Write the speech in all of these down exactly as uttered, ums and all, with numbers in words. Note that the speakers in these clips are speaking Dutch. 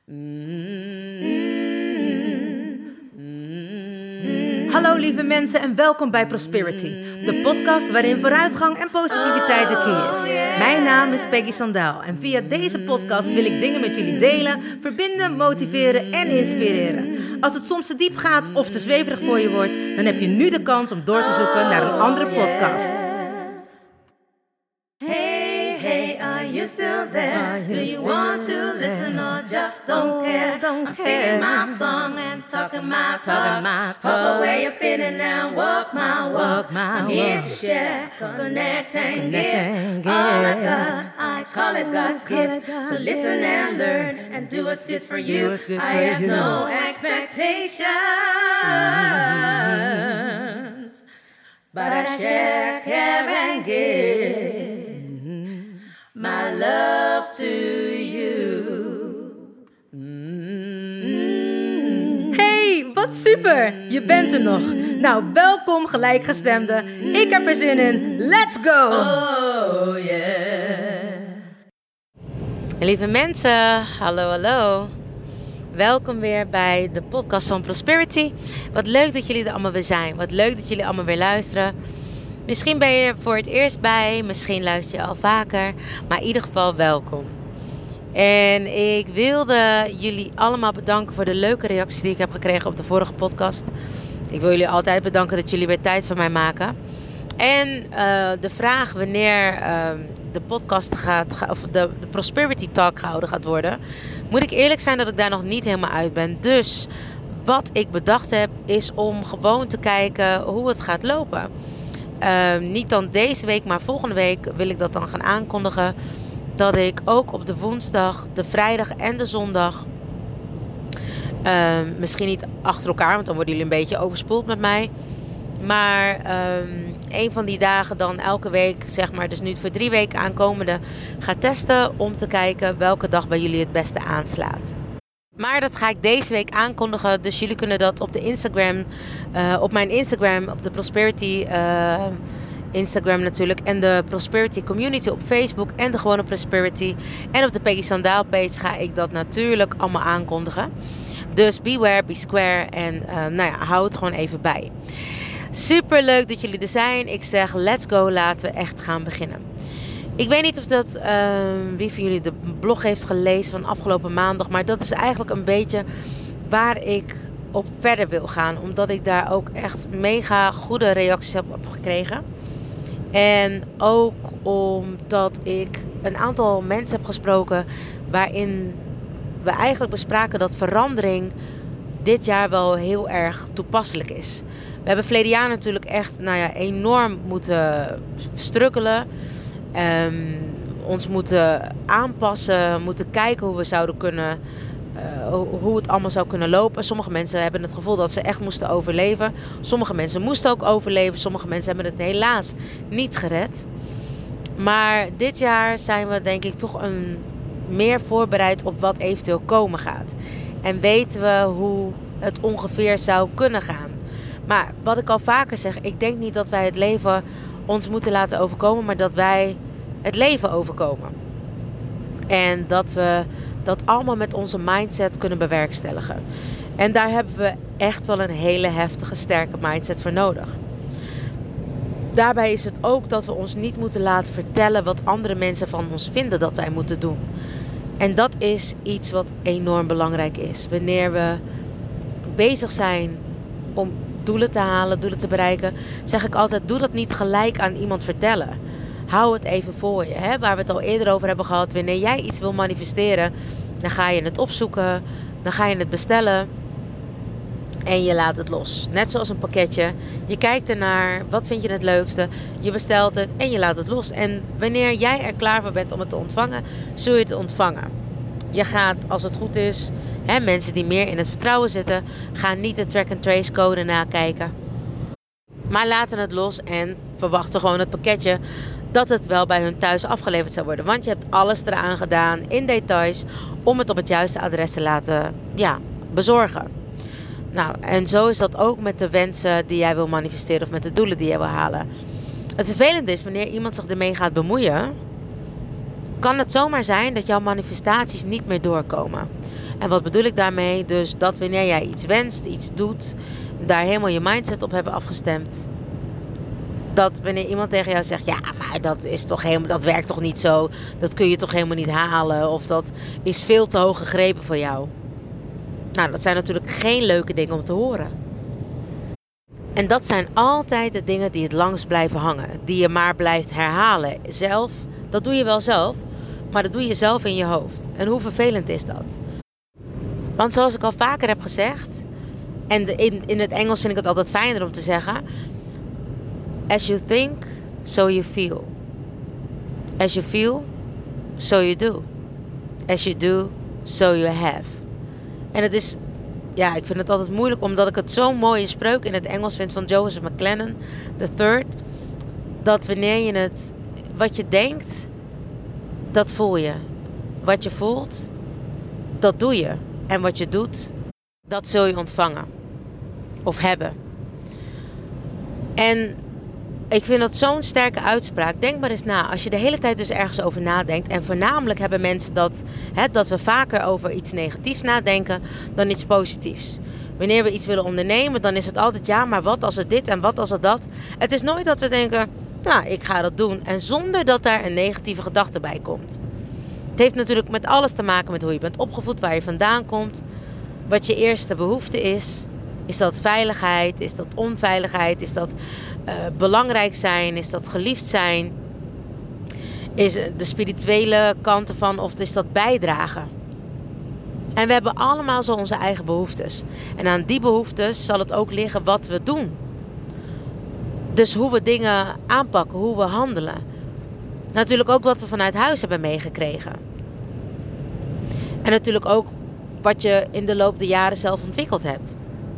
Hallo lieve mensen en welkom bij Prosperity, de podcast waarin vooruitgang en positiviteit de key is. Mijn naam is Peggy Sandaal en via deze podcast wil ik dingen met jullie delen, verbinden, motiveren en inspireren. Als het soms te diep gaat of te zweverig voor je wordt, dan heb je nu de kans om door te zoeken naar een andere podcast. Hey, hey, are you still there? Do you want to listen or just don't care? I'm singing my song and talking my talk. Talk away you're feeling and walk my walk. I'm here to share, connect and give. All I've got, I call it God's gift. So listen and learn and do what's good for you. I have no expectations, but I share, care and give my love to you. Hey, wat super! Je bent er nog. Nou, welkom gelijkgestemden. Ik heb er zin in. Let's go! Oh yeah. Lieve mensen, hallo hallo. Welkom weer bij de podcast van Prosperity. Wat leuk dat jullie er allemaal weer zijn. Wat leuk dat jullie allemaal weer luisteren. Misschien ben je voor het eerst bij, misschien luister je al vaker, maar in ieder geval welkom. En ik wilde jullie allemaal bedanken voor de leuke reacties die ik heb gekregen op de vorige podcast. Ik wil jullie altijd bedanken dat jullie weer tijd voor mij maken. En uh, de vraag wanneer uh, de podcast gaat, of de, de Prosperity Talk gehouden gaat worden, moet ik eerlijk zijn dat ik daar nog niet helemaal uit ben. Dus wat ik bedacht heb is om gewoon te kijken hoe het gaat lopen. Uh, niet dan deze week, maar volgende week wil ik dat dan gaan aankondigen. Dat ik ook op de woensdag, de vrijdag en de zondag, uh, misschien niet achter elkaar, want dan worden jullie een beetje overspoeld met mij. Maar um, een van die dagen dan elke week, zeg maar, dus nu voor drie weken aankomende, ga testen om te kijken welke dag bij jullie het beste aanslaat. Maar dat ga ik deze week aankondigen. Dus jullie kunnen dat op de Instagram, uh, op mijn Instagram, op de Prosperity uh, Instagram natuurlijk. En de Prosperity Community op Facebook en de gewone Prosperity. En op de Peggy Sandaal page ga ik dat natuurlijk allemaal aankondigen. Dus beware, be square en uh, nou ja, hou het gewoon even bij. Super leuk dat jullie er zijn. Ik zeg let's go, laten we echt gaan beginnen. Ik weet niet of dat uh, wie van jullie de blog heeft gelezen van afgelopen maandag. Maar dat is eigenlijk een beetje waar ik op verder wil gaan. Omdat ik daar ook echt mega goede reacties heb op gekregen. En ook omdat ik een aantal mensen heb gesproken waarin we eigenlijk bespraken dat verandering dit jaar wel heel erg toepasselijk is. We hebben verleden jaar natuurlijk echt nou ja, enorm moeten struggelen. Um, ons moeten aanpassen, moeten kijken hoe we zouden kunnen, uh, hoe het allemaal zou kunnen lopen. Sommige mensen hebben het gevoel dat ze echt moesten overleven. Sommige mensen moesten ook overleven. Sommige mensen hebben het helaas niet gered. Maar dit jaar zijn we denk ik toch een, meer voorbereid op wat eventueel komen gaat. En weten we hoe het ongeveer zou kunnen gaan. Maar wat ik al vaker zeg, ik denk niet dat wij het leven ons moeten laten overkomen, maar dat wij het leven overkomen. En dat we dat allemaal met onze mindset kunnen bewerkstelligen. En daar hebben we echt wel een hele heftige, sterke mindset voor nodig. Daarbij is het ook dat we ons niet moeten laten vertellen wat andere mensen van ons vinden dat wij moeten doen. En dat is iets wat enorm belangrijk is. Wanneer we bezig zijn om doelen te halen, doelen te bereiken, zeg ik altijd, doe dat niet gelijk aan iemand vertellen. Hou het even voor je. Hè? Waar we het al eerder over hebben gehad. Wanneer jij iets wil manifesteren, dan ga je het opzoeken. Dan ga je het bestellen. En je laat het los. Net zoals een pakketje. Je kijkt ernaar. Wat vind je het leukste? Je bestelt het en je laat het los. En wanneer jij er klaar voor bent om het te ontvangen, zul je het ontvangen. Je gaat, als het goed is, hè, mensen die meer in het vertrouwen zitten, gaan niet de track-and-trace code nakijken. Maar laten het los en verwachten gewoon het pakketje dat het wel bij hun thuis afgeleverd zou worden. Want je hebt alles eraan gedaan in details om het op het juiste adres te laten ja, bezorgen. Nou, en zo is dat ook met de wensen die jij wil manifesteren of met de doelen die jij wil halen. Het vervelende is wanneer iemand zich ermee gaat bemoeien, kan het zomaar zijn dat jouw manifestaties niet meer doorkomen. En wat bedoel ik daarmee? Dus dat wanneer jij iets wenst, iets doet, daar helemaal je mindset op hebben afgestemd. Dat wanneer iemand tegen jou zegt, ja, maar dat is toch helemaal, dat werkt toch niet zo. Dat kun je toch helemaal niet halen. Of dat is veel te hoog gegrepen voor jou. Nou, dat zijn natuurlijk geen leuke dingen om te horen. En dat zijn altijd de dingen die het langst blijven hangen. Die je maar blijft herhalen. Zelf, dat doe je wel zelf. Maar dat doe je zelf in je hoofd. En hoe vervelend is dat? Want zoals ik al vaker heb gezegd. En de, in, in het Engels vind ik het altijd fijner om te zeggen. As you think, so you feel. As you feel, so you do. As you do, so you have. En het is, ja, ik vind het altijd moeilijk omdat ik het zo'n mooie spreuk in het Engels vind van Joseph McClellan, the third. Dat wanneer je het, wat je denkt, dat voel je. Wat je voelt, dat doe je. En wat je doet, dat zul je ontvangen. Of hebben. En ik vind dat zo'n sterke uitspraak. Denk maar eens na. Als je de hele tijd dus ergens over nadenkt. En voornamelijk hebben mensen dat. Hè, dat we vaker over iets negatiefs nadenken dan iets positiefs. Wanneer we iets willen ondernemen. Dan is het altijd ja, maar wat als het dit en wat als het dat. Het is nooit dat we denken. Nou, ik ga dat doen. En zonder dat daar een negatieve gedachte bij komt. Het heeft natuurlijk met alles te maken met hoe je bent opgevoed. Waar je vandaan komt. Wat je eerste behoefte is. Is dat veiligheid? Is dat onveiligheid? Is dat uh, belangrijk zijn? Is dat geliefd zijn? Is de spirituele kant ervan of is dat bijdragen? En we hebben allemaal zo onze eigen behoeftes. En aan die behoeftes zal het ook liggen wat we doen. Dus hoe we dingen aanpakken, hoe we handelen. Natuurlijk ook wat we vanuit huis hebben meegekregen. En natuurlijk ook wat je in de loop der jaren zelf ontwikkeld hebt.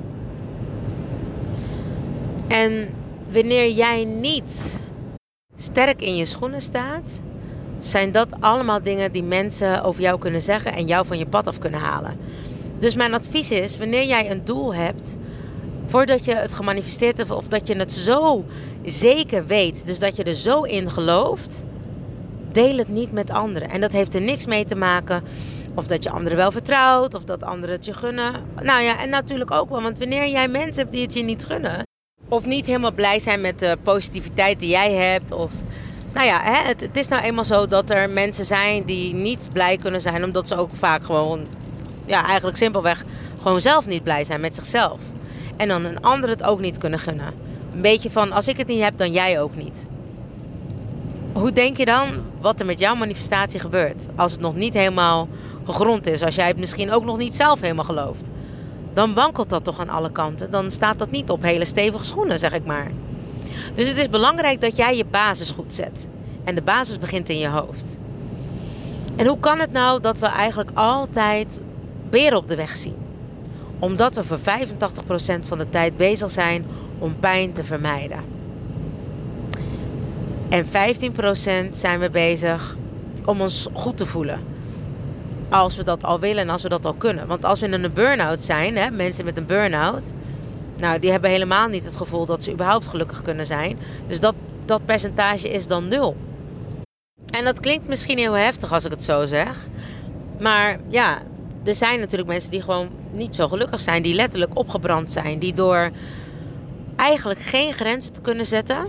En wanneer jij niet sterk in je schoenen staat, zijn dat allemaal dingen die mensen over jou kunnen zeggen en jou van je pad af kunnen halen. Dus mijn advies is, wanneer jij een doel hebt, voordat je het gemanifesteerd hebt of dat je het zo zeker weet, dus dat je er zo in gelooft, deel het niet met anderen. En dat heeft er niks mee te maken of dat je anderen wel vertrouwt of dat anderen het je gunnen. Nou ja, en natuurlijk ook wel, want wanneer jij mensen hebt die het je niet gunnen, of niet helemaal blij zijn met de positiviteit die jij hebt. Of, nou ja, hè, het, het is nou eenmaal zo dat er mensen zijn die niet blij kunnen zijn. Omdat ze ook vaak gewoon, ja, eigenlijk simpelweg gewoon zelf niet blij zijn met zichzelf. En dan een ander het ook niet kunnen gunnen. Een beetje van, als ik het niet heb, dan jij ook niet. Hoe denk je dan wat er met jouw manifestatie gebeurt? Als het nog niet helemaal gegrond is. Als jij het misschien ook nog niet zelf helemaal gelooft. Dan wankelt dat toch aan alle kanten. Dan staat dat niet op hele stevige schoenen, zeg ik maar. Dus het is belangrijk dat jij je basis goed zet. En de basis begint in je hoofd. En hoe kan het nou dat we eigenlijk altijd beren op de weg zien? Omdat we voor vijfentachtig procent van de tijd bezig zijn om pijn te vermijden. En vijftien procent zijn we bezig om ons goed te voelen. Als we dat al willen en als we dat al kunnen. Want als we in een burn-out zijn, hè, mensen met een burn-out, nou, die hebben helemaal niet het gevoel dat ze überhaupt gelukkig kunnen zijn. Dus dat, dat percentage is dan nul. En dat klinkt misschien heel heftig als ik het zo zeg. Maar ja, er zijn natuurlijk mensen die gewoon niet zo gelukkig zijn. Die letterlijk opgebrand zijn. Die door eigenlijk geen grenzen te kunnen zetten.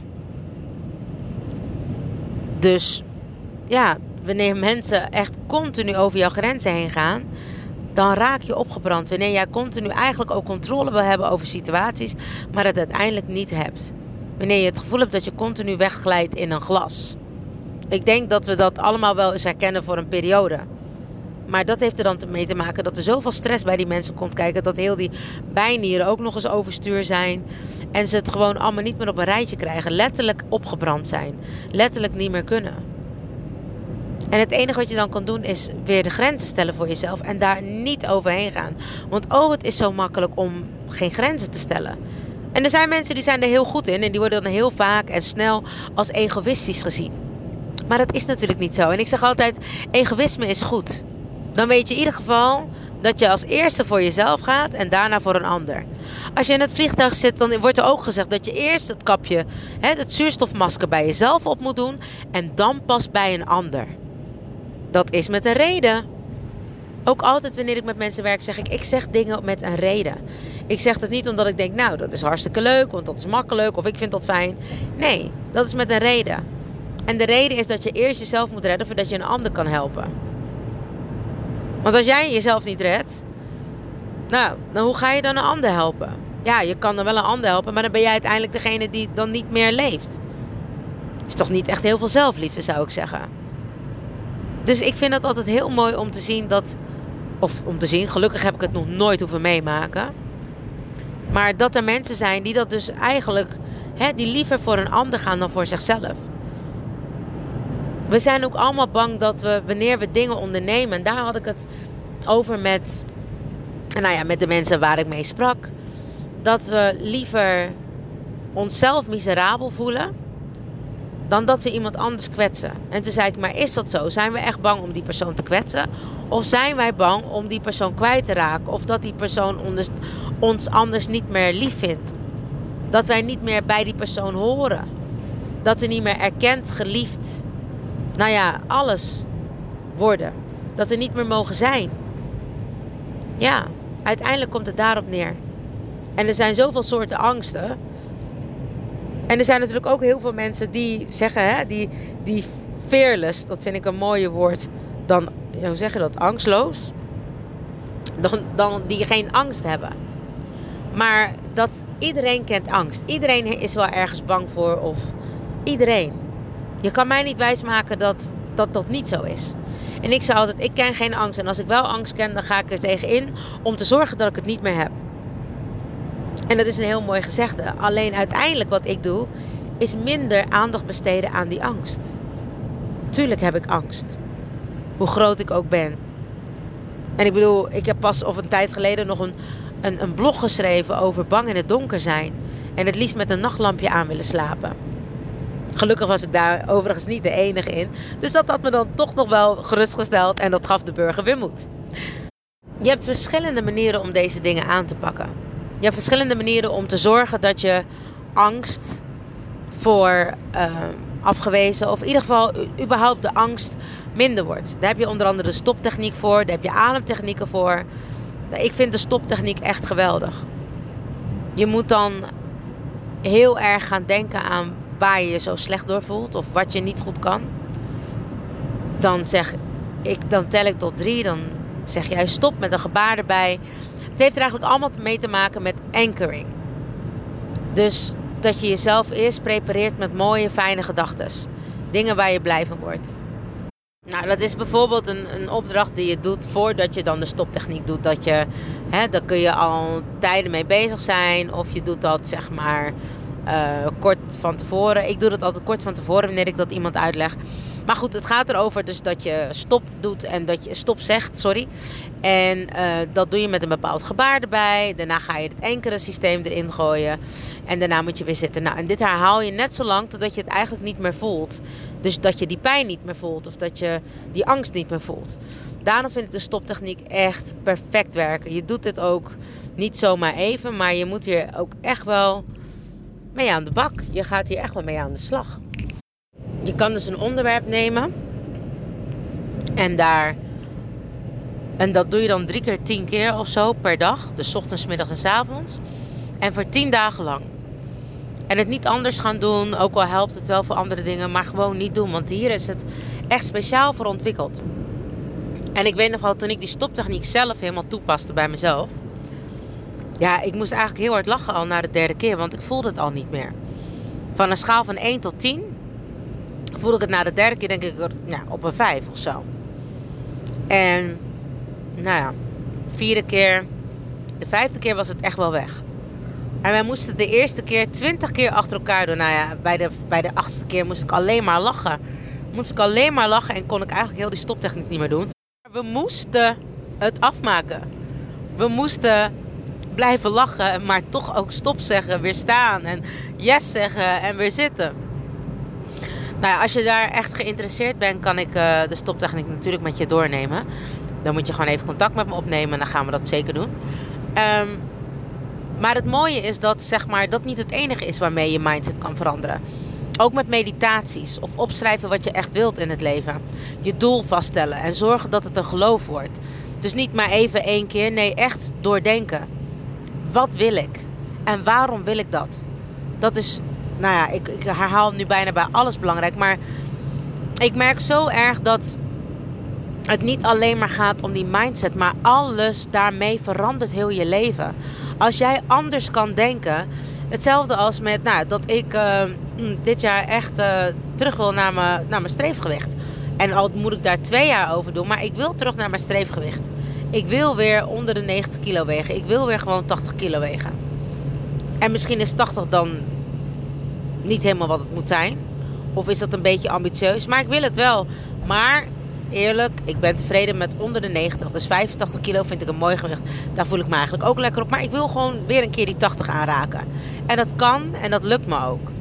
Dus ja, wanneer mensen echt continu over jouw grenzen heen gaan, dan raak je opgebrand. Wanneer jij continu eigenlijk ook controle wil hebben over situaties, maar het uiteindelijk niet hebt. Wanneer je het gevoel hebt dat je continu wegglijdt in een glas. Ik denk dat we dat allemaal wel eens herkennen voor een periode. Maar dat heeft er dan mee te maken dat er zoveel stress bij die mensen komt kijken, dat heel die bijnieren ook nog eens overstuur zijn. En ze het gewoon allemaal niet meer op een rijtje krijgen. Letterlijk opgebrand zijn. Letterlijk niet meer kunnen. En het enige wat je dan kan doen is weer de grenzen stellen voor jezelf. En daar niet overheen gaan. Want oh, het is zo makkelijk om geen grenzen te stellen. En er zijn mensen die zijn er heel goed in. En die worden dan heel vaak en snel als egoïstisch gezien. Maar dat is natuurlijk niet zo. En ik zeg altijd, egoïsme is goed. Dan weet je in ieder geval dat je als eerste voor jezelf gaat en daarna voor een ander. Als je in het vliegtuig zit, dan wordt er ook gezegd dat je eerst het kapje, het zuurstofmasker bij jezelf op moet doen en dan pas bij een ander. Dat is met een reden. Ook altijd wanneer ik met mensen werk, zeg ik, ik zeg dingen met een reden. Ik zeg het niet omdat ik denk, nou, dat is hartstikke leuk, want dat is makkelijk, of ik vind dat fijn. Nee, dat is met een reden. En de reden is dat je eerst jezelf moet redden voordat je een ander kan helpen. Want als jij jezelf niet redt, nou, dan hoe ga je dan een ander helpen? Ja, je kan dan wel een ander helpen, maar dan ben jij uiteindelijk degene die dan niet meer leeft. Is toch niet echt heel veel zelfliefde, zou ik zeggen. Dus ik vind het altijd heel mooi om te zien dat... Of om te zien, gelukkig heb ik het nog nooit hoeven meemaken. Maar dat er mensen zijn die dat dus eigenlijk... Hè, die liever voor een ander gaan dan voor zichzelf. We zijn ook allemaal bang dat we, wanneer we dingen ondernemen... En daar had ik het over met... Nou ja, met de mensen waar ik mee sprak. Dat we liever onszelf miserabel voelen... dan dat we iemand anders kwetsen. En toen zei ik, maar is dat zo? Zijn we echt bang om die persoon te kwetsen? Of zijn wij bang om die persoon kwijt te raken? Of dat die persoon ons anders niet meer lief vindt? Dat wij niet meer bij die persoon horen? Dat we niet meer erkend, geliefd... Nou ja, alles worden. Dat we niet meer mogen zijn. Ja, uiteindelijk komt het daarop neer. En er zijn zoveel soorten angsten... En er zijn natuurlijk ook heel veel mensen die zeggen, hè, die, die fearless, dat vind ik een mooier woord, dan, hoe zeg je dat, angstloos? Dan, dan die geen angst hebben. Maar dat iedereen kent angst. Iedereen is wel ergens bang voor of iedereen. Je kan mij niet wijsmaken dat, dat dat niet zo is. En ik zeg altijd, ik ken geen angst. En als ik wel angst ken, dan ga ik er tegenin om te zorgen dat ik het niet meer heb. En dat is een heel mooi gezegde. Alleen uiteindelijk wat ik doe, is minder aandacht besteden aan die angst. Tuurlijk heb ik angst. Hoe groot ik ook ben. En ik bedoel, ik heb pas of een tijd geleden nog een, een, een blog geschreven over bang in het donker zijn. En het liefst met een nachtlampje aan willen slapen. Gelukkig was ik daar overigens niet de enige in. Dus dat had me dan toch nog wel gerustgesteld. En dat gaf de burger weer moed. Je hebt verschillende manieren om deze dingen aan te pakken. Je hebt verschillende manieren om te zorgen dat je angst voor uh, afgewezen... of in ieder geval überhaupt de angst minder wordt. Daar heb je onder andere de stoptechniek voor. Daar heb je ademtechnieken voor. Ik vind de stoptechniek echt geweldig. Je moet dan heel erg gaan denken aan waar je je zo slecht door voelt... of wat je niet goed kan. Dan, zeg ik, dan tel ik tot drie, dan zeg jij stop met een gebaar erbij... Het heeft er eigenlijk allemaal mee te maken met anchoring. Dus dat je jezelf eerst prepareert met mooie, fijne gedachten. Dingen waar je blij van wordt. Nou, dat is bijvoorbeeld een, een opdracht die je doet voordat je dan de stoptechniek doet. Dat je, hè, daar kun je al tijden mee bezig zijn. Of je doet dat zeg maar uh, kort van tevoren. Ik doe dat altijd kort van tevoren wanneer ik dat iemand uitleg. Maar goed, het gaat erover dus dat je stop doet en dat je stop zegt, sorry. En uh, dat doe je met een bepaald gebaar erbij. Daarna ga je het enkele systeem erin gooien. En daarna moet je weer zitten. Nou, en dit herhaal je net zo lang totdat je het eigenlijk niet meer voelt. Dus dat je die pijn niet meer voelt of dat je die angst niet meer voelt. Daarom vind ik de stoptechniek echt perfect werken. Je doet dit ook niet zomaar even, maar je moet hier ook echt wel mee aan de bak. Je gaat hier echt wel mee aan de slag. Je kan dus een onderwerp nemen en daar en dat doe je dan drie keer tien keer of zo per dag. Dus 's ochtends, 's middags en 's avonds. En voor tien dagen lang. En het niet anders gaan doen, ook al helpt het wel voor andere dingen, maar gewoon niet doen. Want hier is het echt speciaal voor ontwikkeld. En ik weet nog wel, toen ik die stoptechniek zelf helemaal toepaste bij mezelf. Ja, ik moest eigenlijk heel hard lachen al na de derde keer, want ik voelde het al niet meer. Van een schaal van één tot tien voelde ik het na de derde keer denk ik nou, op een vijf of zo. En nou ja, vierde keer, de vijfde keer was het echt wel weg. En wij moesten de eerste keer twintig keer achter elkaar doen. Nou ja, bij de, bij de achtste keer moest ik alleen maar lachen. Moest ik alleen maar lachen en kon ik eigenlijk heel die stoptechniek niet meer doen. We moesten het afmaken. We moesten blijven lachen, maar toch ook stop zeggen, weer staan en yes zeggen en weer zitten. Nou ja, als je daar echt geïnteresseerd bent, kan ik uh, de stoptechniek natuurlijk met je doornemen. Dan moet je gewoon even contact met me opnemen en dan gaan we dat zeker doen. Um, maar het mooie is dat zeg maar, dat niet het enige is waarmee je mindset kan veranderen. Ook met meditaties of opschrijven wat je echt wilt in het leven. Je doel vaststellen en zorgen dat het een geloof wordt. Dus niet maar even één keer, nee, echt doordenken. Wat wil ik? En waarom wil ik dat? Dat is, nou ja, ik, ik herhaal nu bijna bij alles belangrijk. Maar ik merk zo erg dat het niet alleen maar gaat om die mindset. Maar alles daarmee verandert heel je leven. Als jij anders kan denken. Hetzelfde als met nou, dat ik uh, dit jaar echt uh, terug wil naar mijn, naar mijn streefgewicht. En al moet ik daar twee jaar over doen. Maar ik wil terug naar mijn streefgewicht. Ik wil weer onder de negentig kilo wegen. Ik wil weer gewoon tachtig kilo wegen. En misschien is tachtig dan niet helemaal wat het moet zijn. Of is dat een beetje ambitieus. Maar ik wil het wel. Maar eerlijk, ik ben tevreden met onder de negentig. Dus vijfentachtig kilo vind ik een mooi gewicht. Daar voel ik me eigenlijk ook lekker op. Maar ik wil gewoon weer een keer die tachtig aanraken. En dat kan en dat lukt me ook.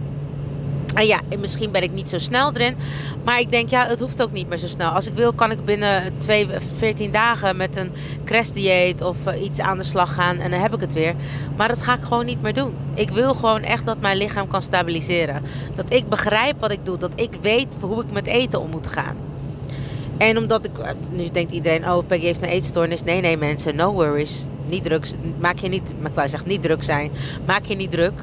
En ja, misschien ben ik niet zo snel erin. Maar ik denk, ja, het hoeft ook niet meer zo snel. Als ik wil, kan ik binnen twee, veertien dagen met een crashdieet of uh, iets aan de slag gaan. En dan heb ik het weer. Maar dat ga ik gewoon niet meer doen. Ik wil gewoon echt dat mijn lichaam kan stabiliseren. Dat ik begrijp wat ik doe. Dat ik weet hoe ik met eten om moet gaan. En omdat ik, nu denkt iedereen, oh, Peggy heeft een eetstoornis. Nee, nee mensen, no worries. Niet druk, maak je niet, maar ik wou zeggen niet druk zijn. Maak je niet druk.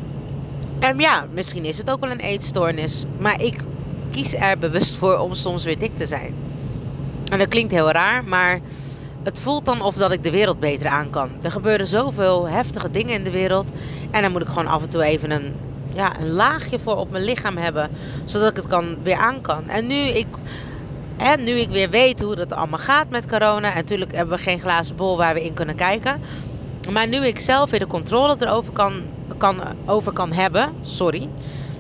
En ja, misschien is het ook wel een eetstoornis. Maar ik kies er bewust voor om soms weer dik te zijn. En dat klinkt heel raar, maar het voelt dan of dat ik de wereld beter aan kan. Er gebeuren zoveel heftige dingen in de wereld. En dan moet ik gewoon af en toe even een, ja, een laagje voor op mijn lichaam hebben. Zodat ik het kan, weer aan kan. En nu ik... En nu ik weer weet hoe dat allemaal gaat met corona. En natuurlijk hebben we geen glazen bol waar we in kunnen kijken. Maar nu ik zelf weer de controle erover kan, kan, over kan hebben. Sorry.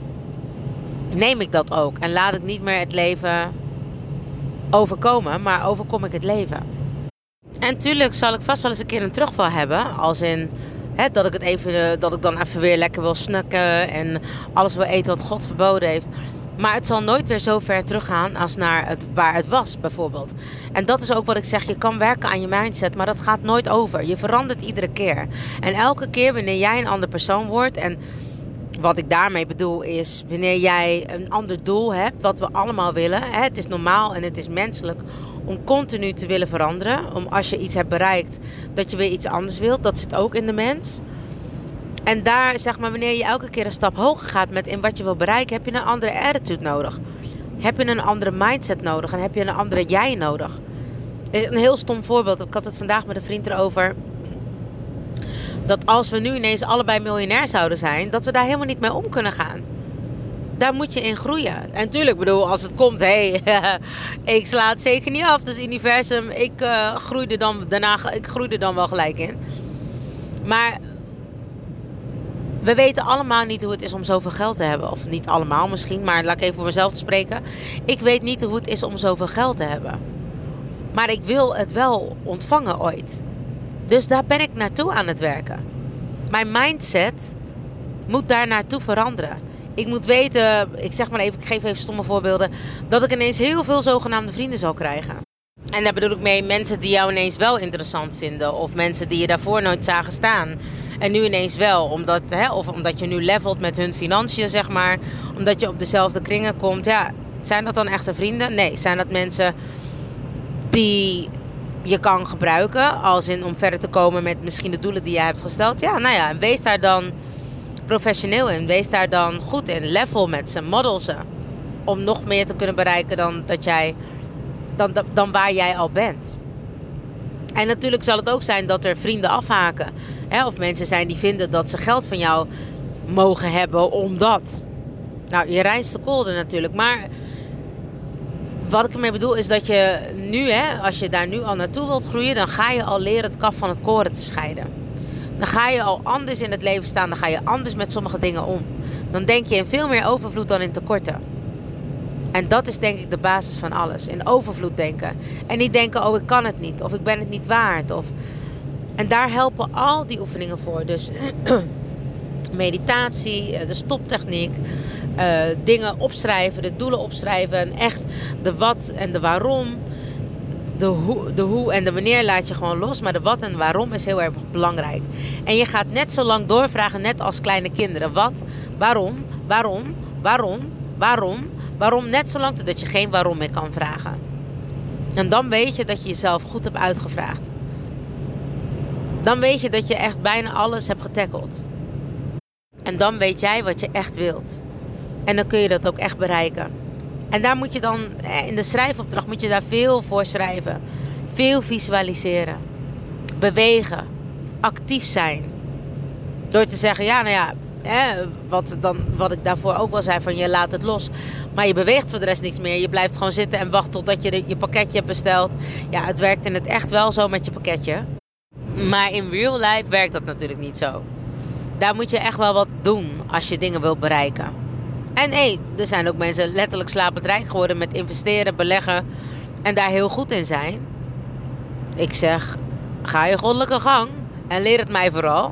Neem ik dat ook. En laat ik niet meer het leven overkomen. Maar overkom ik het leven. En natuurlijk zal ik vast wel eens een keer een terugval hebben. Als in hè, dat ik het even, dat ik dan even weer lekker wil snakken. En alles wil eten wat God verboden heeft. Maar het zal nooit weer zo ver teruggaan als naar het, waar het was, bijvoorbeeld. En dat is ook wat ik zeg. Je kan werken aan je mindset, maar dat gaat nooit over. Je verandert iedere keer. En elke keer wanneer jij een andere persoon wordt. En wat ik daarmee bedoel is, wanneer jij een ander doel hebt, wat we allemaal willen. Hè, het is normaal en het is menselijk om continu te willen veranderen. Om als je iets hebt bereikt, dat je weer iets anders wilt. Dat zit ook in de mens. En daar, zeg maar, wanneer je elke keer een stap hoger gaat met in wat je wil bereiken, heb je een andere attitude nodig. Heb je een andere mindset nodig en heb je een andere jij nodig. Een heel stom voorbeeld, ik had het vandaag met een vriend erover. Dat als we nu ineens allebei miljonair zouden zijn, dat we daar helemaal niet mee om kunnen gaan. Daar moet je in groeien. En tuurlijk, bedoel, als het komt, hé, hey, ik sla het zeker niet af. Dus universum, ik, uh, groeide dan, daarna, ik groeide dan wel gelijk in. Maar we weten allemaal niet hoe het is om zoveel geld te hebben. Of niet allemaal misschien, maar laat ik even voor mezelf te spreken. Ik weet niet hoe het is om zoveel geld te hebben. Maar ik wil het wel ontvangen ooit. Dus daar ben ik naartoe aan het werken. Mijn mindset moet daar naartoe veranderen. Ik moet weten, ik zeg maar even, ik geef even stomme voorbeelden, dat ik ineens heel veel zogenaamde vrienden zal krijgen. En daar bedoel ik mee mensen die jou ineens wel interessant vinden. Of mensen die je daarvoor nooit zagen staan. En nu ineens wel. Omdat, hè, of omdat je nu levelt met hun financiën, zeg maar. Omdat je op dezelfde kringen komt. Ja, zijn dat dan echte vrienden? Nee, zijn dat mensen die je kan gebruiken. Als in om verder te komen met misschien de doelen die je hebt gesteld. Ja, nou ja, en wees daar dan professioneel in. Wees daar dan goed in. Level met ze, model ze. Om nog meer te kunnen bereiken dan dat jij... Dan, dan, dan waar jij al bent. En natuurlijk zal het ook zijn dat er vrienden afhaken. Hè? Of mensen zijn die vinden dat ze geld van jou mogen hebben omdat. Nou, je rijst de kolder natuurlijk. Maar wat ik ermee bedoel is dat je nu, hè, als je daar nu al naartoe wilt groeien, dan ga je al leren het kaf van het koren te scheiden. Dan ga je al anders in het leven staan. Dan ga je anders met sommige dingen om. Dan denk je in veel meer overvloed dan in tekorten. En dat is denk ik de basis van alles. In overvloed denken. En niet denken, oh ik kan het niet. Of ik ben het niet waard. Of... En daar helpen al die oefeningen voor. Dus meditatie, de stoptechniek. Uh, dingen opschrijven, de doelen opschrijven. En echt de wat en de waarom. De hoe, de hoe en de wanneer laat je gewoon los. Maar de wat en waarom is heel erg belangrijk. En je gaat net zo lang doorvragen, net als kleine kinderen. Wat, waarom, waarom, waarom? Waarom? Waarom? Net zolang totdat je geen waarom meer kan vragen. En dan weet je dat je jezelf goed hebt uitgevraagd. Dan weet je dat je echt bijna alles hebt getackeld. En dan weet jij wat je echt wilt. En dan kun je dat ook echt bereiken. En daar moet je dan, in de schrijfopdracht moet je daar veel voor schrijven. Veel visualiseren. Bewegen. Actief zijn. Door te zeggen, ja nou ja, hè, wat, dan, wat ik daarvoor ook wel zei, van je laat het los. Maar je beweegt voor de rest niks meer. Je blijft gewoon zitten en wacht totdat je de, je pakketje hebt besteld. Ja, het werkt in het echt wel zo met je pakketje. Maar in real life werkt dat natuurlijk niet zo. Daar moet je echt wel wat doen als je dingen wilt bereiken. En hé, hey, er zijn ook mensen letterlijk slapend rijk geworden met investeren, beleggen en daar heel goed in zijn. Ik zeg, ga je goddelijke gang en leer het mij vooral.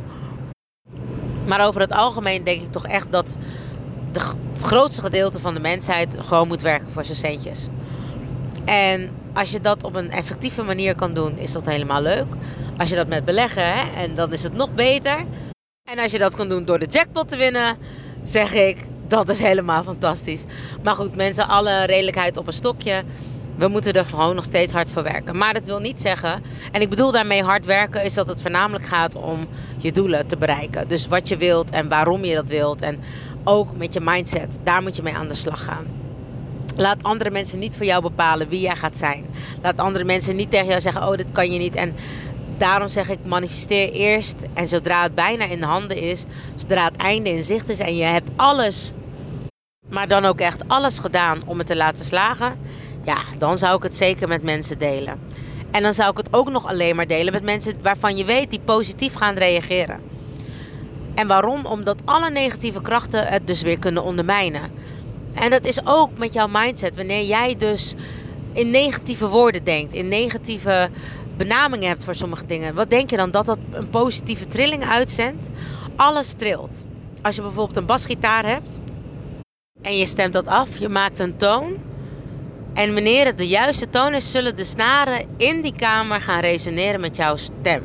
Maar over het algemeen denk ik toch echt dat de, het grootste gedeelte van de mensheid gewoon moet werken voor zijn centjes. En als je dat op een effectieve manier kan doen, is dat helemaal leuk. Als je dat met beleggen, hè, en dan is het nog beter. En als je dat kan doen door de jackpot te winnen, zeg ik, dat is helemaal fantastisch. Maar goed, mensen, alle redelijkheid op een stokje. We moeten er gewoon nog steeds hard voor werken. Maar dat wil niet zeggen, en ik bedoel daarmee hard werken, is dat het voornamelijk gaat om je doelen te bereiken. Dus wat je wilt en waarom je dat wilt. En ook met je mindset, daar moet je mee aan de slag gaan. Laat andere mensen niet voor jou bepalen wie jij gaat zijn. Laat andere mensen niet tegen jou zeggen, oh, dit kan je niet. En daarom zeg ik, manifesteer eerst. En zodra het bijna in de handen is, zodra het einde in zicht is en je hebt alles, maar dan ook echt alles gedaan om het te laten slagen, ja, dan zou ik het zeker met mensen delen. En dan zou ik het ook nog alleen maar delen met mensen waarvan je weet die positief gaan reageren. En waarom? Omdat alle negatieve krachten het dus weer kunnen ondermijnen. En dat is ook met jouw mindset. Wanneer jij dus in negatieve woorden denkt, in negatieve benamingen hebt voor sommige dingen, wat denk je dan? Dat dat een positieve trilling uitzendt? Alles trilt. Als je bijvoorbeeld een basgitaar hebt en je stemt dat af, je maakt een toon. En wanneer het de juiste toon is, zullen de snaren in die kamer gaan resoneren met jouw stem.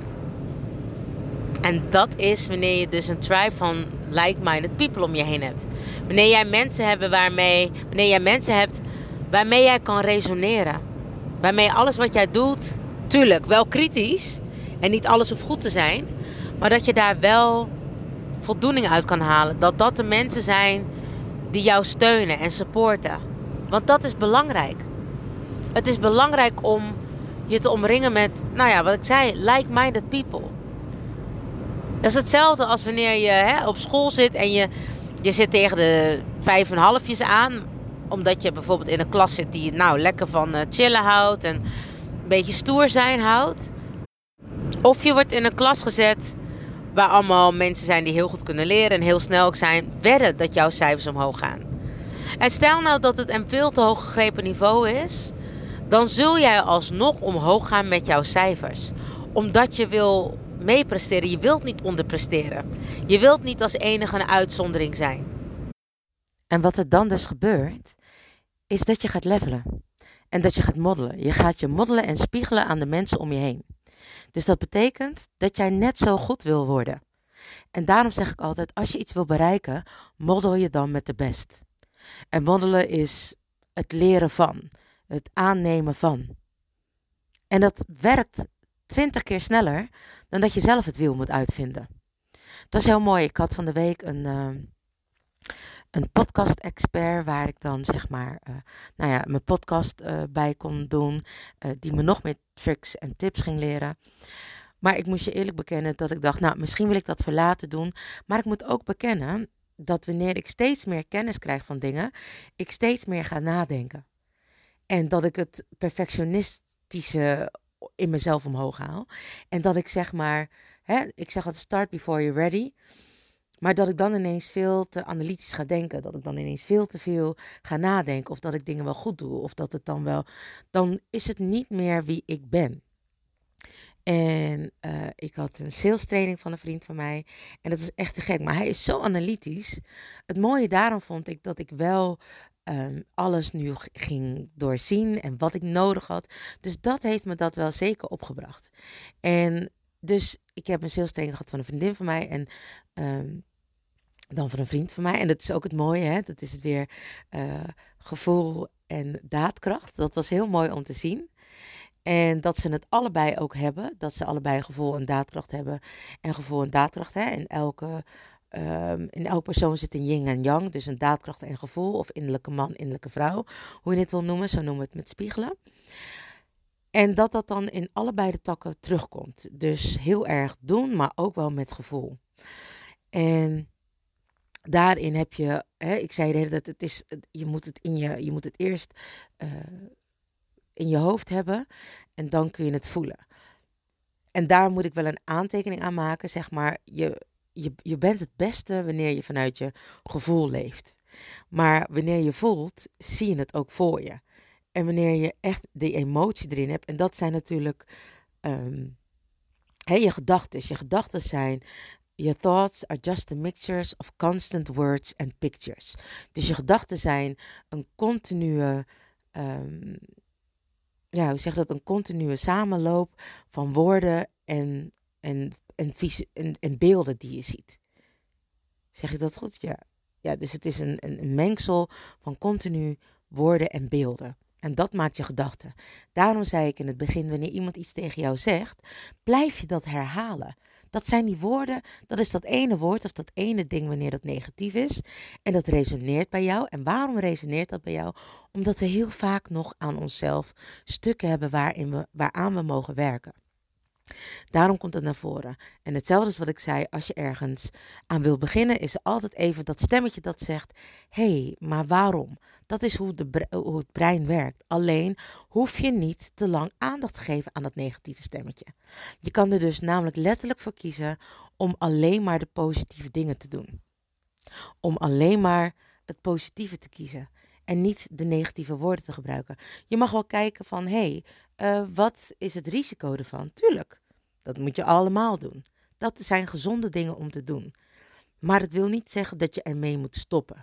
En dat is wanneer je dus een tribe van like-minded people om je heen hebt. Wanneer jij mensen hebt waarmee, wanneer jij mensen hebt waarmee jij kan resoneren. Waarmee alles wat jij doet, tuurlijk wel kritisch en niet alles hoeft goed te zijn, maar dat je daar wel voldoening uit kan halen. Dat dat de mensen zijn die jou steunen en supporten. Want dat is belangrijk. Het is belangrijk om je te omringen met, nou ja, wat ik zei, like-minded people. Dat is hetzelfde als wanneer je hè, op school zit en je, je zit tegen de vijf en halfjes aan. Omdat je bijvoorbeeld in een klas zit die nou lekker van uh, chillen houdt en een beetje stoer zijn houdt. Of je wordt in een klas gezet waar allemaal mensen zijn die heel goed kunnen leren en heel snel ook zijn. Wedden dat jouw cijfers omhoog gaan. En stel nou dat het een veel te hoog gegrepen niveau is, dan zul jij alsnog omhoog gaan met jouw cijfers. Omdat je wil meepresteren. Je wilt niet onderpresteren. Je wilt niet als enige een uitzondering zijn. En wat er dan dus gebeurt, is dat je gaat levelen. En dat je gaat moddelen. Je gaat je moddelen en spiegelen aan de mensen om je heen. Dus dat betekent dat jij net zo goed wil worden. En daarom zeg ik altijd, als je iets wil bereiken, moddel je dan met de best. En moddelen is het leren van. Het aannemen van. En dat werkt twintig keer sneller dan dat je zelf het wiel moet uitvinden. Dat is heel mooi. Ik had van de week een, uh, een podcast-expert waar ik dan zeg maar, uh, nou ja, mijn podcast uh, bij kon doen. Uh, die me nog meer tricks en tips ging leren. Maar ik moest je eerlijk bekennen dat ik dacht, nou, misschien wil ik dat voor later doen. Maar ik moet ook bekennen dat wanneer ik steeds meer kennis krijg van dingen, ik steeds meer ga nadenken. En dat ik het perfectionistische in mezelf omhoog haal. En dat ik zeg maar, hè, ik zeg altijd start before you're ready. Maar dat ik dan ineens veel te analytisch ga denken. Dat ik dan ineens veel te veel ga nadenken. Of dat ik dingen wel goed doe. Of dat het dan wel, dan is het niet meer wie ik ben. En uh, ik had een sales training van een vriend van mij. En dat was echt te gek. Maar hij is zo analytisch. Het mooie daarom vond ik dat ik wel um, alles nu g- ging doorzien. En wat ik nodig had. Dus dat heeft me dat wel zeker opgebracht. En dus ik heb een sales training gehad van een vriendin van mij. En um, dan van een vriend van mij. En dat is ook het mooie, hè? Dat is het weer uh, gevoel en daadkracht. Dat was heel mooi om te zien. En dat ze het allebei ook hebben. Dat ze allebei gevoel en daadkracht hebben. En gevoel en daadkracht. Hè? In, elke, um, in elke persoon zit een yin en yang. Dus een daadkracht en gevoel. Of innerlijke man, innerlijke vrouw. Hoe je het wil noemen. Zo noemen we het met spiegelen. En dat dat dan in allebei de takken terugkomt. Dus heel erg doen, maar ook wel met gevoel. En daarin heb je, hè, ik zei de hele tijd, het is, je moet het in je, je moet het eerst uh, in je hoofd hebben en dan kun je het voelen. En daar moet ik wel een aantekening aan maken, zeg maar, je, je, je bent het beste wanneer je vanuit je gevoel leeft. Maar wanneer je voelt, zie je het ook voor je. En wanneer je echt die emotie erin hebt, en dat zijn natuurlijk um, hè, je gedachten. Je gedachten zijn, your thoughts are just the mixtures of constant words and pictures. Dus je gedachten zijn een continue, um, ja, hoe zeg je dat, een continue samenloop van woorden en, en, en, visie, en, en beelden die je ziet. Zeg ik dat goed? Ja. Ja, dus het is een, een, een mengsel van continu woorden en beelden. En dat maakt je gedachten. Daarom zei ik in het begin, wanneer iemand iets tegen jou zegt, blijf je dat herhalen. Dat zijn die woorden, dat is dat ene woord of dat ene ding wanneer dat negatief is. En dat resoneert bij jou. En waarom resoneert dat bij jou? Omdat we heel vaak nog aan onszelf stukken hebben waarin we, waaraan we mogen werken. Daarom komt het naar voren. En hetzelfde is wat ik zei, als je ergens aan wil beginnen, is er altijd even dat stemmetje dat zegt, hé, hey, maar waarom? Dat is hoe, de, hoe het brein werkt. Alleen hoef je niet te lang aandacht te geven aan dat negatieve stemmetje. Je kan er dus namelijk letterlijk voor kiezen om alleen maar de positieve dingen te doen. Om alleen maar het positieve te kiezen. En niet de negatieve woorden te gebruiken. Je mag wel kijken van, hé, hey, uh, wat is het risico ervan? Tuurlijk, dat moet je allemaal doen. Dat zijn gezonde dingen om te doen. Maar het wil niet zeggen dat je ermee moet stoppen.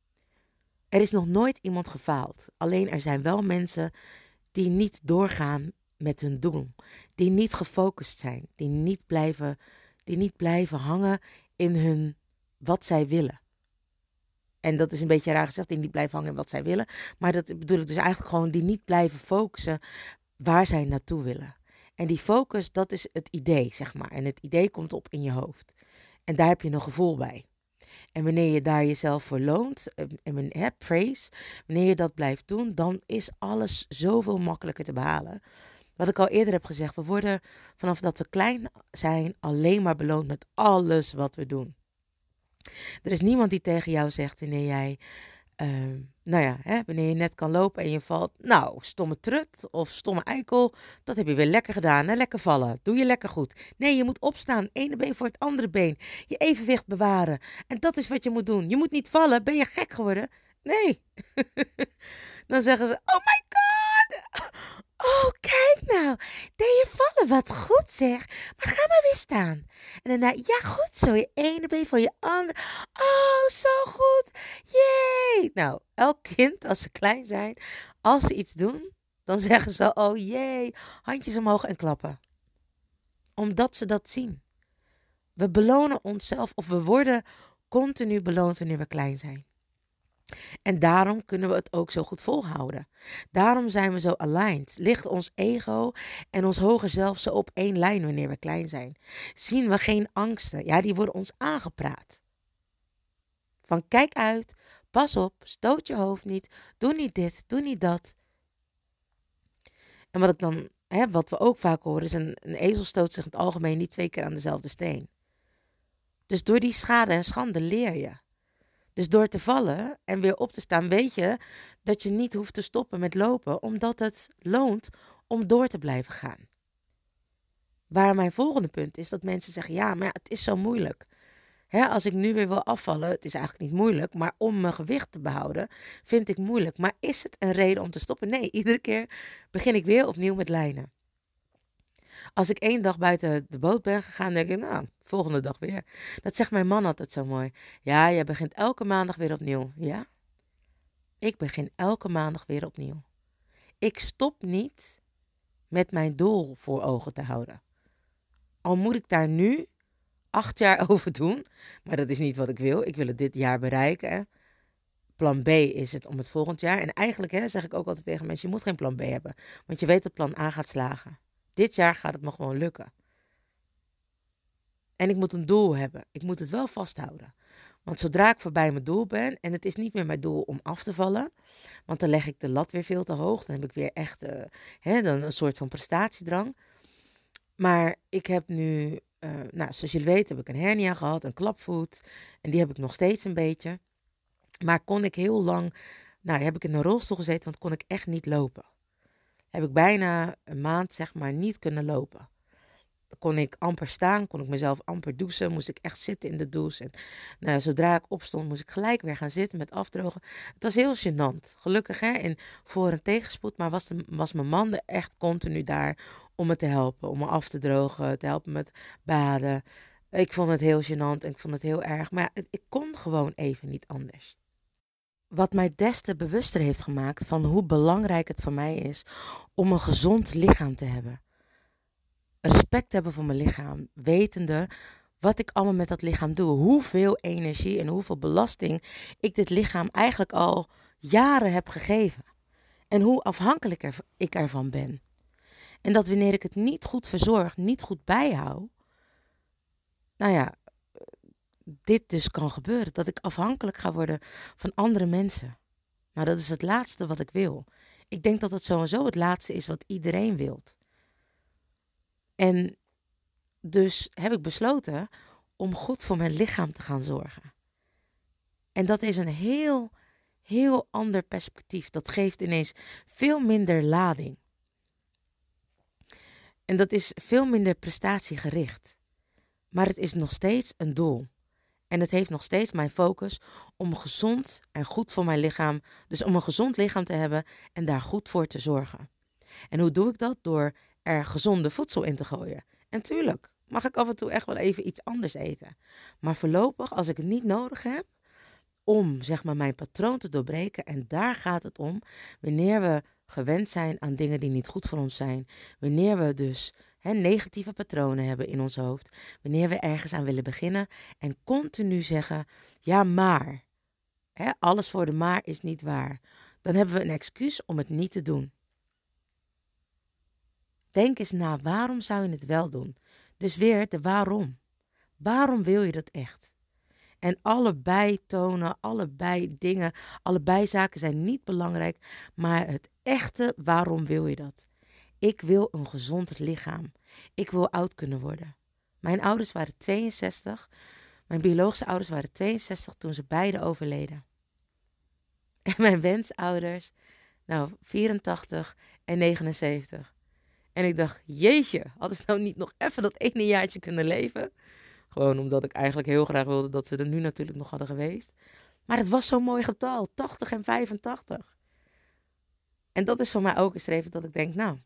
Er is nog nooit iemand gefaald. Alleen er zijn wel mensen die niet doorgaan met hun doel. Die niet gefocust zijn. Die niet blijven, die niet blijven hangen in hun wat zij willen. En dat is een beetje raar gezegd, die niet blijven hangen in wat zij willen. Maar dat bedoel ik dus eigenlijk gewoon die niet blijven focussen waar zij naartoe willen. En die focus, dat is het idee, zeg maar. En het idee komt op in je hoofd. En daar heb je een gevoel bij. En wanneer je daar jezelf voor loont, en hè, praise, wanneer je dat blijft doen, dan is alles zoveel makkelijker te behalen. Wat ik al eerder heb gezegd, we worden vanaf dat we klein zijn alleen maar beloond met alles wat we doen. Er is niemand die tegen jou zegt wanneer jij, uh, nou ja, hè, wanneer je net kan lopen en je valt. Nou, stomme trut of stomme eikel, dat heb je weer lekker gedaan. Hè? Lekker vallen, doe je lekker goed. Nee, je moet opstaan, ene been voor het andere been. Je evenwicht bewaren. En dat is wat je moet doen. Je moet niet vallen, ben je gek geworden? Nee. Dan zeggen ze, oh my god. Oh, kijk nou, deed je vallen, wat goed zeg. Maar ga maar weer staan. En daarna, ja goed zo, je ene been voor je andere. Oh, zo goed, jee. Nou, elk kind, als ze klein zijn, als ze iets doen, dan zeggen ze, oh jee, handjes omhoog en klappen. Omdat ze dat zien. We belonen onszelf, of we worden continu beloond wanneer we klein zijn. En daarom kunnen we het ook zo goed volhouden. Daarom zijn we zo aligned. Ligt ons ego en ons hoger zelf zo op één lijn wanneer we klein zijn. Zien we geen angsten. Ja, die worden ons aangepraat. Van kijk uit, pas op, stoot je hoofd niet, doe niet dit, doe niet dat. En wat ik dan, hè, wat we ook vaak horen, is een, een ezel stoot zich in het algemeen niet twee keer aan dezelfde steen. Dus door die schade en schande leer je. Dus door te vallen en weer op te staan, weet je dat je niet hoeft te stoppen met lopen, omdat het loont om door te blijven gaan. Waar mijn volgende punt is, dat mensen zeggen, ja, maar ja, het is zo moeilijk. Hè, als ik nu weer wil afvallen, het is eigenlijk niet moeilijk, maar om mijn gewicht te behouden, vind ik moeilijk. Maar is het een reden om te stoppen? Nee, iedere keer begin ik weer opnieuw met lijnen. Als ik één dag buiten de boot ben gegaan, denk ik, nou, volgende dag weer. Dat zegt mijn man altijd zo mooi. Ja, je begint elke maandag weer opnieuw. Ja, ik begin elke maandag weer opnieuw. Ik stop niet met mijn doel voor ogen te houden. Al moet ik daar nu acht jaar over doen. Maar dat is niet wat ik wil. Ik wil het dit jaar bereiken. Plan B is het om het volgend jaar. En eigenlijk hè, zeg ik ook altijd tegen mensen, je moet geen plan B hebben. Want je weet dat plan A gaat slagen. Dit jaar gaat het me gewoon lukken. En ik moet een doel hebben. Ik moet het wel vasthouden. Want zodra ik voorbij mijn doel ben, en het is niet meer mijn doel om af te vallen, want dan leg ik de lat weer veel te hoog. Dan heb ik weer echt uh, hè, dan een soort van prestatiedrang. Maar ik heb nu, uh, nou, zoals jullie weten, heb ik een hernia gehad, een klapvoet. En die heb ik nog steeds een beetje. Maar kon ik heel lang, nou, heb ik in een rolstoel gezeten, want kon ik echt niet lopen. Heb ik bijna een maand, zeg maar, niet kunnen lopen. Dan kon ik amper staan, kon ik mezelf amper douchen, moest ik echt zitten in de douche. En nou, zodra ik opstond, moest ik gelijk weer gaan zitten met afdrogen. Het was heel gênant. Gelukkig, hè, in voor- en tegenspoed, maar was, de, was mijn man echt continu daar om me te helpen, om me af te drogen, te helpen met baden. Ik vond het heel gênant en ik vond het heel erg, maar ja, ik kon gewoon even niet anders. Wat mij des te bewuster heeft gemaakt van hoe belangrijk het voor mij is om een gezond lichaam te hebben. Respect hebben voor mijn lichaam, wetende wat ik allemaal met dat lichaam doe. Hoeveel energie en hoeveel belasting ik dit lichaam eigenlijk al jaren heb gegeven. En hoe afhankelijk er, ik ervan ben. En dat wanneer ik het niet goed verzorg, niet goed bijhoud, nou ja, dit dus kan gebeuren. Dat ik afhankelijk ga worden van andere mensen. Nou, dat is het laatste wat ik wil. Ik denk dat het sowieso het laatste is wat iedereen wil. En dus heb ik besloten om goed voor mijn lichaam te gaan zorgen. En dat is een heel, heel ander perspectief. Dat geeft ineens veel minder lading. En dat is veel minder prestatiegericht. Maar het is nog steeds een doel. En het heeft nog steeds mijn focus om gezond en goed voor mijn lichaam, dus om een gezond lichaam te hebben en daar goed voor te zorgen. En hoe doe ik dat? Door er gezonde voedsel in te gooien. En tuurlijk mag ik af en toe echt wel even iets anders eten. Maar voorlopig, als ik het niet nodig heb, om zeg maar mijn patroon te doorbreken, en daar gaat het om, wanneer we gewend zijn aan dingen die niet goed voor ons zijn, wanneer we dus he, negatieve patronen hebben in ons hoofd, wanneer we ergens aan willen beginnen en continu zeggen, ja maar, he, alles voor de maar is niet waar, dan hebben we een excuus om het niet te doen. Denk eens na, waarom zou je het wel doen? Dus weer de waarom. Waarom wil je dat echt? En allebei tonen, allebei dingen, allebei zaken zijn niet belangrijk, maar het echte waarom wil je dat? Ik wil een gezond lichaam. Ik wil oud kunnen worden. Mijn ouders waren tweeënzestig. Mijn biologische ouders waren tweeënzestig toen ze beide overleden. En mijn wensouders, nou vierentachtig en negenenzeventig. En ik dacht, jeetje, hadden ze nou niet nog even dat ene jaartje kunnen leven? Gewoon omdat ik eigenlijk heel graag wilde dat ze er nu natuurlijk nog hadden geweest. Maar het was zo'n mooi getal, tachtig en vijfentachtig. En dat is voor mij ook een streven dat ik denk, nou.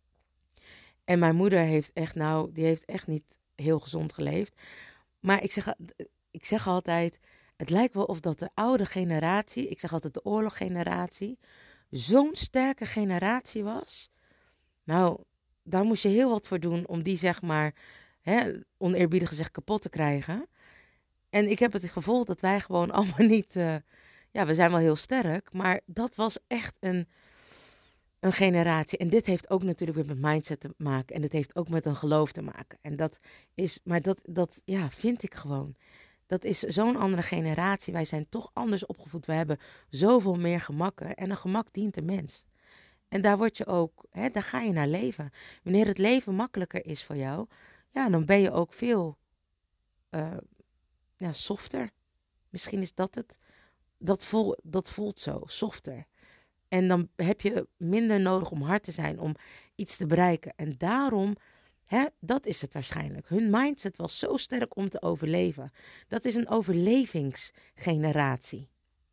En mijn moeder heeft echt, nou, die heeft echt niet heel gezond geleefd. Maar ik zeg, ik zeg altijd, het lijkt wel of dat de oude generatie, ik zeg altijd de oorloggeneratie, zo'n sterke generatie was. Nou, daar moest je heel wat voor doen om die, zeg maar, hè, oneerbiedig gezegd kapot te krijgen. En ik heb het gevoel dat wij gewoon allemaal niet, uh, ja, we zijn wel heel sterk, maar dat was echt een, een generatie. En dit heeft ook natuurlijk weer met mindset te maken en dit heeft ook met een geloof te maken. En dat is, maar dat, dat ja, vind ik gewoon. Dat is zo'n andere generatie. Wij zijn toch anders opgevoed. We hebben zoveel meer gemakken en een gemak dient de mens. En daar word je ook, hè, daar ga je naar leven. Wanneer het leven makkelijker is voor jou, ja, dan ben je ook veel uh, ja, softer. Misschien is dat het. Dat, voel, dat voelt zo, softer. En dan heb je minder nodig om hard te zijn, om iets te bereiken. En daarom, hè, dat is het waarschijnlijk. Hun mindset was zo sterk om te overleven. Dat is een overlevingsgeneratie.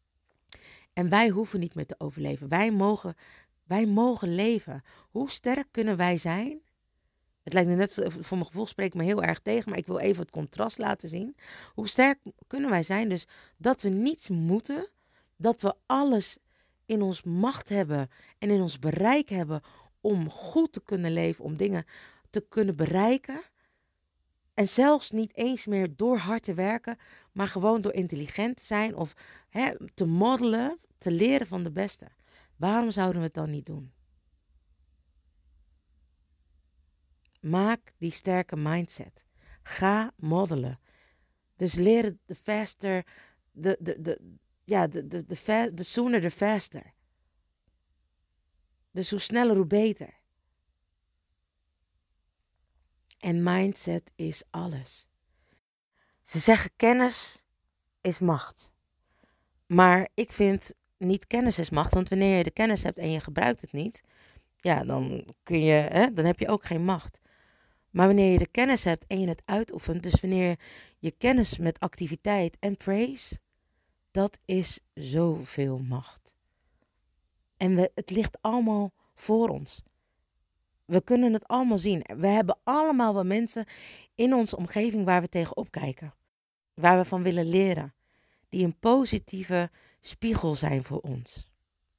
En wij hoeven niet meer te overleven. Wij mogen... Wij mogen leven. Hoe sterk kunnen wij zijn? Het lijkt me net, voor mijn gevoel spreekt me heel erg tegen, maar ik wil even het contrast laten zien. Hoe sterk kunnen wij zijn? Dus dat we niets moeten, dat we alles in ons macht hebben en in ons bereik hebben om goed te kunnen leven, om dingen te kunnen bereiken. En zelfs niet eens meer door hard te werken, maar gewoon door intelligent te zijn of hè, te modellen, te leren van de beste. Waarom zouden we het dan niet doen? Maak die sterke mindset. Ga modellen. Dus leer de faster, de, de, de, ja, de, de, de, fa- de sooner the faster. Dus hoe sneller hoe beter. En mindset is alles. Ze zeggen kennis is macht. Maar ik vind niet kennis is macht. Want wanneer je de kennis hebt en je gebruikt het niet. Ja, dan, kun je, hè, dan heb je ook geen macht. Maar wanneer je de kennis hebt en je het uitoefent. Dus wanneer je kennis met activiteit en praise. Dat is zoveel macht. En we, het ligt allemaal voor ons. We kunnen het allemaal zien. We hebben allemaal wel mensen in onze omgeving waar we tegenop kijken. Waar we van willen leren. Die een positieve spiegel zijn voor ons.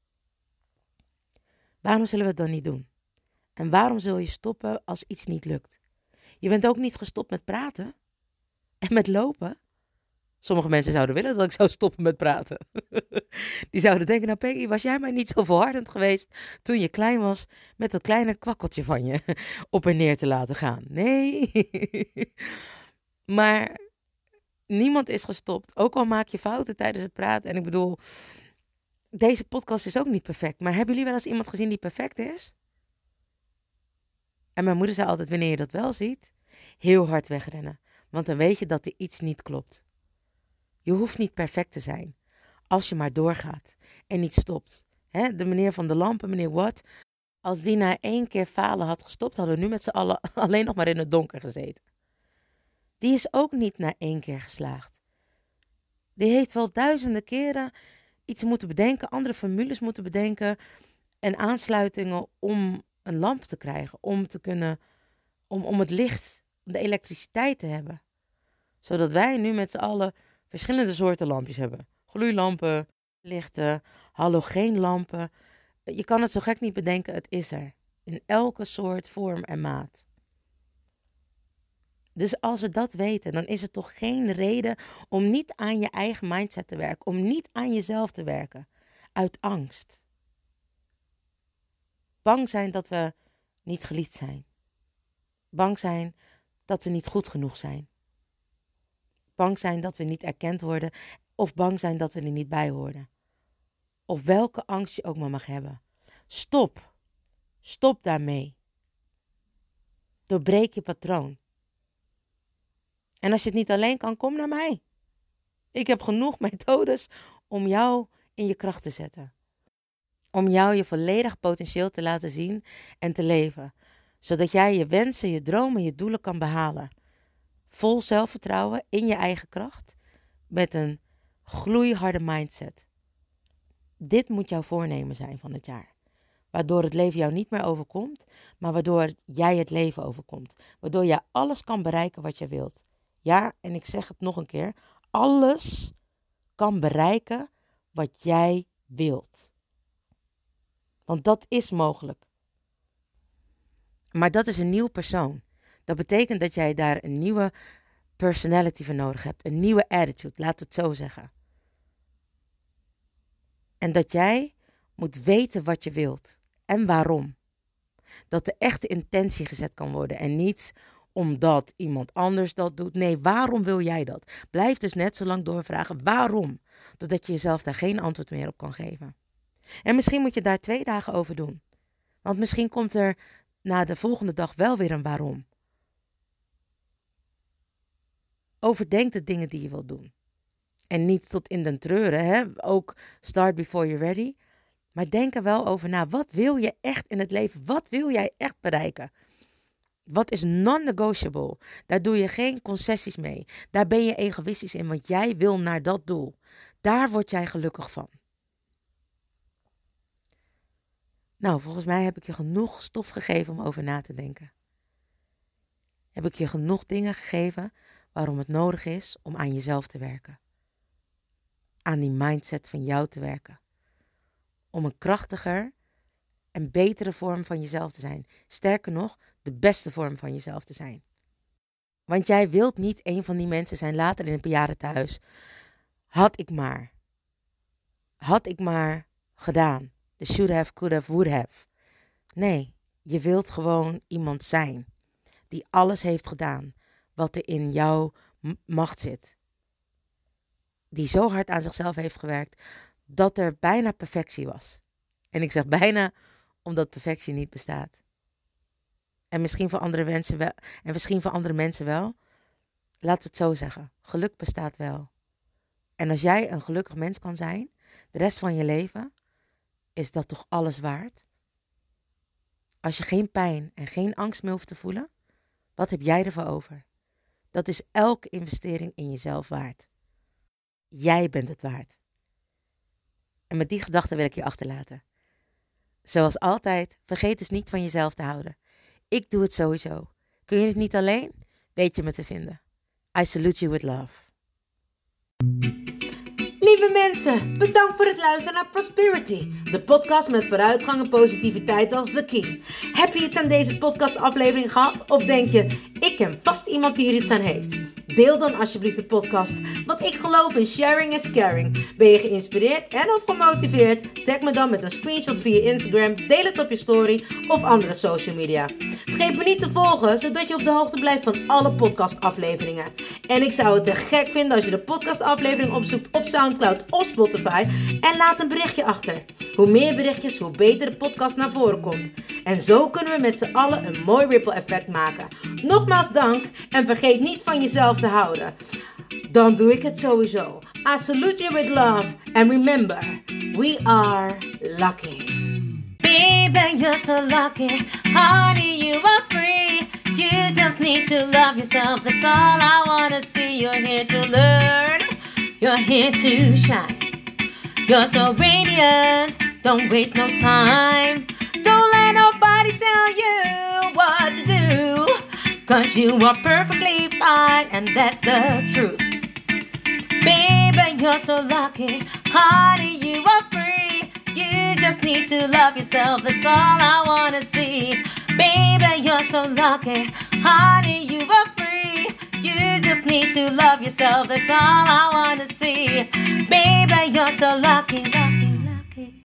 Waarom zullen we het dan niet doen? En waarom zul je stoppen als iets niet lukt? Je bent ook niet gestopt met praten. En met lopen. Sommige mensen zouden willen dat ik zou stoppen met praten. Die zouden denken, nou Peggy, was jij mij niet zo volhardend geweest toen je klein was met dat kleine kwakkeltje van je op en neer te laten gaan? Nee. Maar niemand is gestopt. Ook al maak je fouten tijdens het praten. En ik bedoel, deze podcast is ook niet perfect. Maar hebben jullie wel eens iemand gezien die perfect is? En mijn moeder zei altijd, wanneer je dat wel ziet, heel hard wegrennen. Want dan weet je dat er iets niet klopt. Je hoeft niet perfect te zijn. Als je maar doorgaat en niet stopt. Hè, de meneer van de lampen, meneer Watt. Als die na één keer falen had gestopt, hadden we nu met z'n allen alleen nog maar in het donker gezeten. Die is ook niet na één keer geslaagd. Die heeft wel duizenden keren iets moeten bedenken, andere formules moeten bedenken en aansluitingen om een lamp te krijgen, om te kunnen, om, om het licht, om de elektriciteit te hebben. Zodat wij nu met z'n allen verschillende soorten lampjes hebben. Gloeilampen, lichten, halogeenlampen. Je kan het zo gek niet bedenken, het is er. In elke soort, vorm en maat. Dus als we dat weten, dan is er toch geen reden om niet aan je eigen mindset te werken. Om niet aan jezelf te werken. Uit angst. Bang zijn dat we niet geliefd zijn. Bang zijn dat we niet goed genoeg zijn. Bang zijn dat we niet erkend worden. Of bang zijn dat we er niet bij horen. Of welke angst je ook maar mag hebben. Stop. Stop daarmee. Doorbreek je patroon. En als je het niet alleen kan, kom naar mij. Ik heb genoeg methodes om jou in je kracht te zetten. Om jou je volledig potentieel te laten zien en te leven. Zodat jij je wensen, je dromen, je doelen kan behalen. Vol zelfvertrouwen in je eigen kracht. Met een gloeiharde mindset. Dit moet jouw voornemen zijn van het jaar. Waardoor het leven jou niet meer overkomt, maar waardoor jij het leven overkomt. Waardoor jij alles kan bereiken wat je wilt. Ja, en ik zeg het nog een keer. Alles kan bereiken wat jij wilt. Want dat is mogelijk. Maar dat is een nieuw persoon. Dat betekent dat jij daar een nieuwe personality voor nodig hebt. Een nieuwe attitude, laten we het zo zeggen. En dat jij moet weten wat je wilt. En waarom. Dat de echte intentie gezet kan worden. En niet omdat iemand anders dat doet. Nee, waarom wil jij dat? Blijf dus net zo lang doorvragen. Waarom? Totdat je jezelf daar geen antwoord meer op kan geven. En misschien moet je daar twee dagen over doen. Want misschien komt er na de volgende dag wel weer een waarom. Overdenk de dingen die je wilt doen. En niet tot in den treuren. Hè? Ook start before you're ready. Maar denk er wel over na. Wat wil je echt in het leven? Wat wil jij echt bereiken? Wat is non-negotiable? Daar doe je geen concessies mee. Daar ben je egoïstisch in, want jij wil naar dat doel. Daar word jij gelukkig van. Nou, volgens mij heb ik je genoeg stof gegeven om over na te denken. Heb ik je genoeg dingen gegeven waarom het nodig is om aan jezelf te werken. Aan die mindset van jou te werken. Om een krachtiger en betere vorm van jezelf te zijn. Sterker nog, de beste vorm van jezelf te zijn. Want jij wilt niet een van die mensen zijn later in een bejaardentehuis. Had ik maar. Had ik maar gedaan. The should have, could have, would have. Nee, je wilt gewoon iemand zijn. Die alles heeft gedaan wat er in jouw macht zit. Die zo hard aan zichzelf heeft gewerkt dat er bijna perfectie was. En ik zeg bijna omdat perfectie niet bestaat. En misschien voor andere mensen wel. En misschien voor andere mensen wel. Laten we het zo zeggen. Geluk bestaat wel. En als jij een gelukkig mens kan zijn, de rest van je leven, is dat toch alles waard? Als je geen pijn en geen angst meer hoeft te voelen, wat heb jij ervoor over? Dat is elke investering in jezelf waard. Jij bent het waard. En met die gedachte wil ik je achterlaten. Zoals altijd, vergeet dus niet van jezelf te houden. Ik doe het sowieso. Kun je het niet alleen? Weet je me te vinden. I salute you with love. Lieve mensen, bedankt voor het luisteren naar Prosperity. De podcast met vooruitgang en positiviteit als the key. Heb je iets aan deze podcastaflevering gehad? Of denk je, ik ken vast iemand die er iets aan heeft? Deel dan alsjeblieft de podcast, want ik geloof in sharing is caring. Ben je geïnspireerd en of gemotiveerd? Tag me dan met een screenshot via Instagram, deel het op je story of andere social media. Vergeet me niet te volgen, zodat je op de hoogte blijft van alle podcastafleveringen. En ik zou het te gek vinden als je de podcastaflevering opzoekt op Soundcloud of Spotify en laat een berichtje achter. Hoe meer berichtjes, hoe beter de podcast naar voren komt. En zo kunnen we met z'n allen een mooi ripple effect maken. Nogmaals dank en vergeet niet van jezelf te houden. Dan doe ik het sowieso. I salute you with love and remember, we are lucky. Baby, you're so lucky. Honey, you are free. You just need to love yourself. That's all I wanna see. You're here to learn. You're here to shine. You're so radiant. Don't waste no time. Don't let nobody tell you what to do. Cause you are perfectly fine. And that's the truth. Baby, you're so lucky. Honey, you are free. You just need to love yourself. That's all I wanna see. Baby, you're so lucky. Honey, you are free. You just need to love yourself. That's all I wanna see. Baby, you're so lucky, lucky.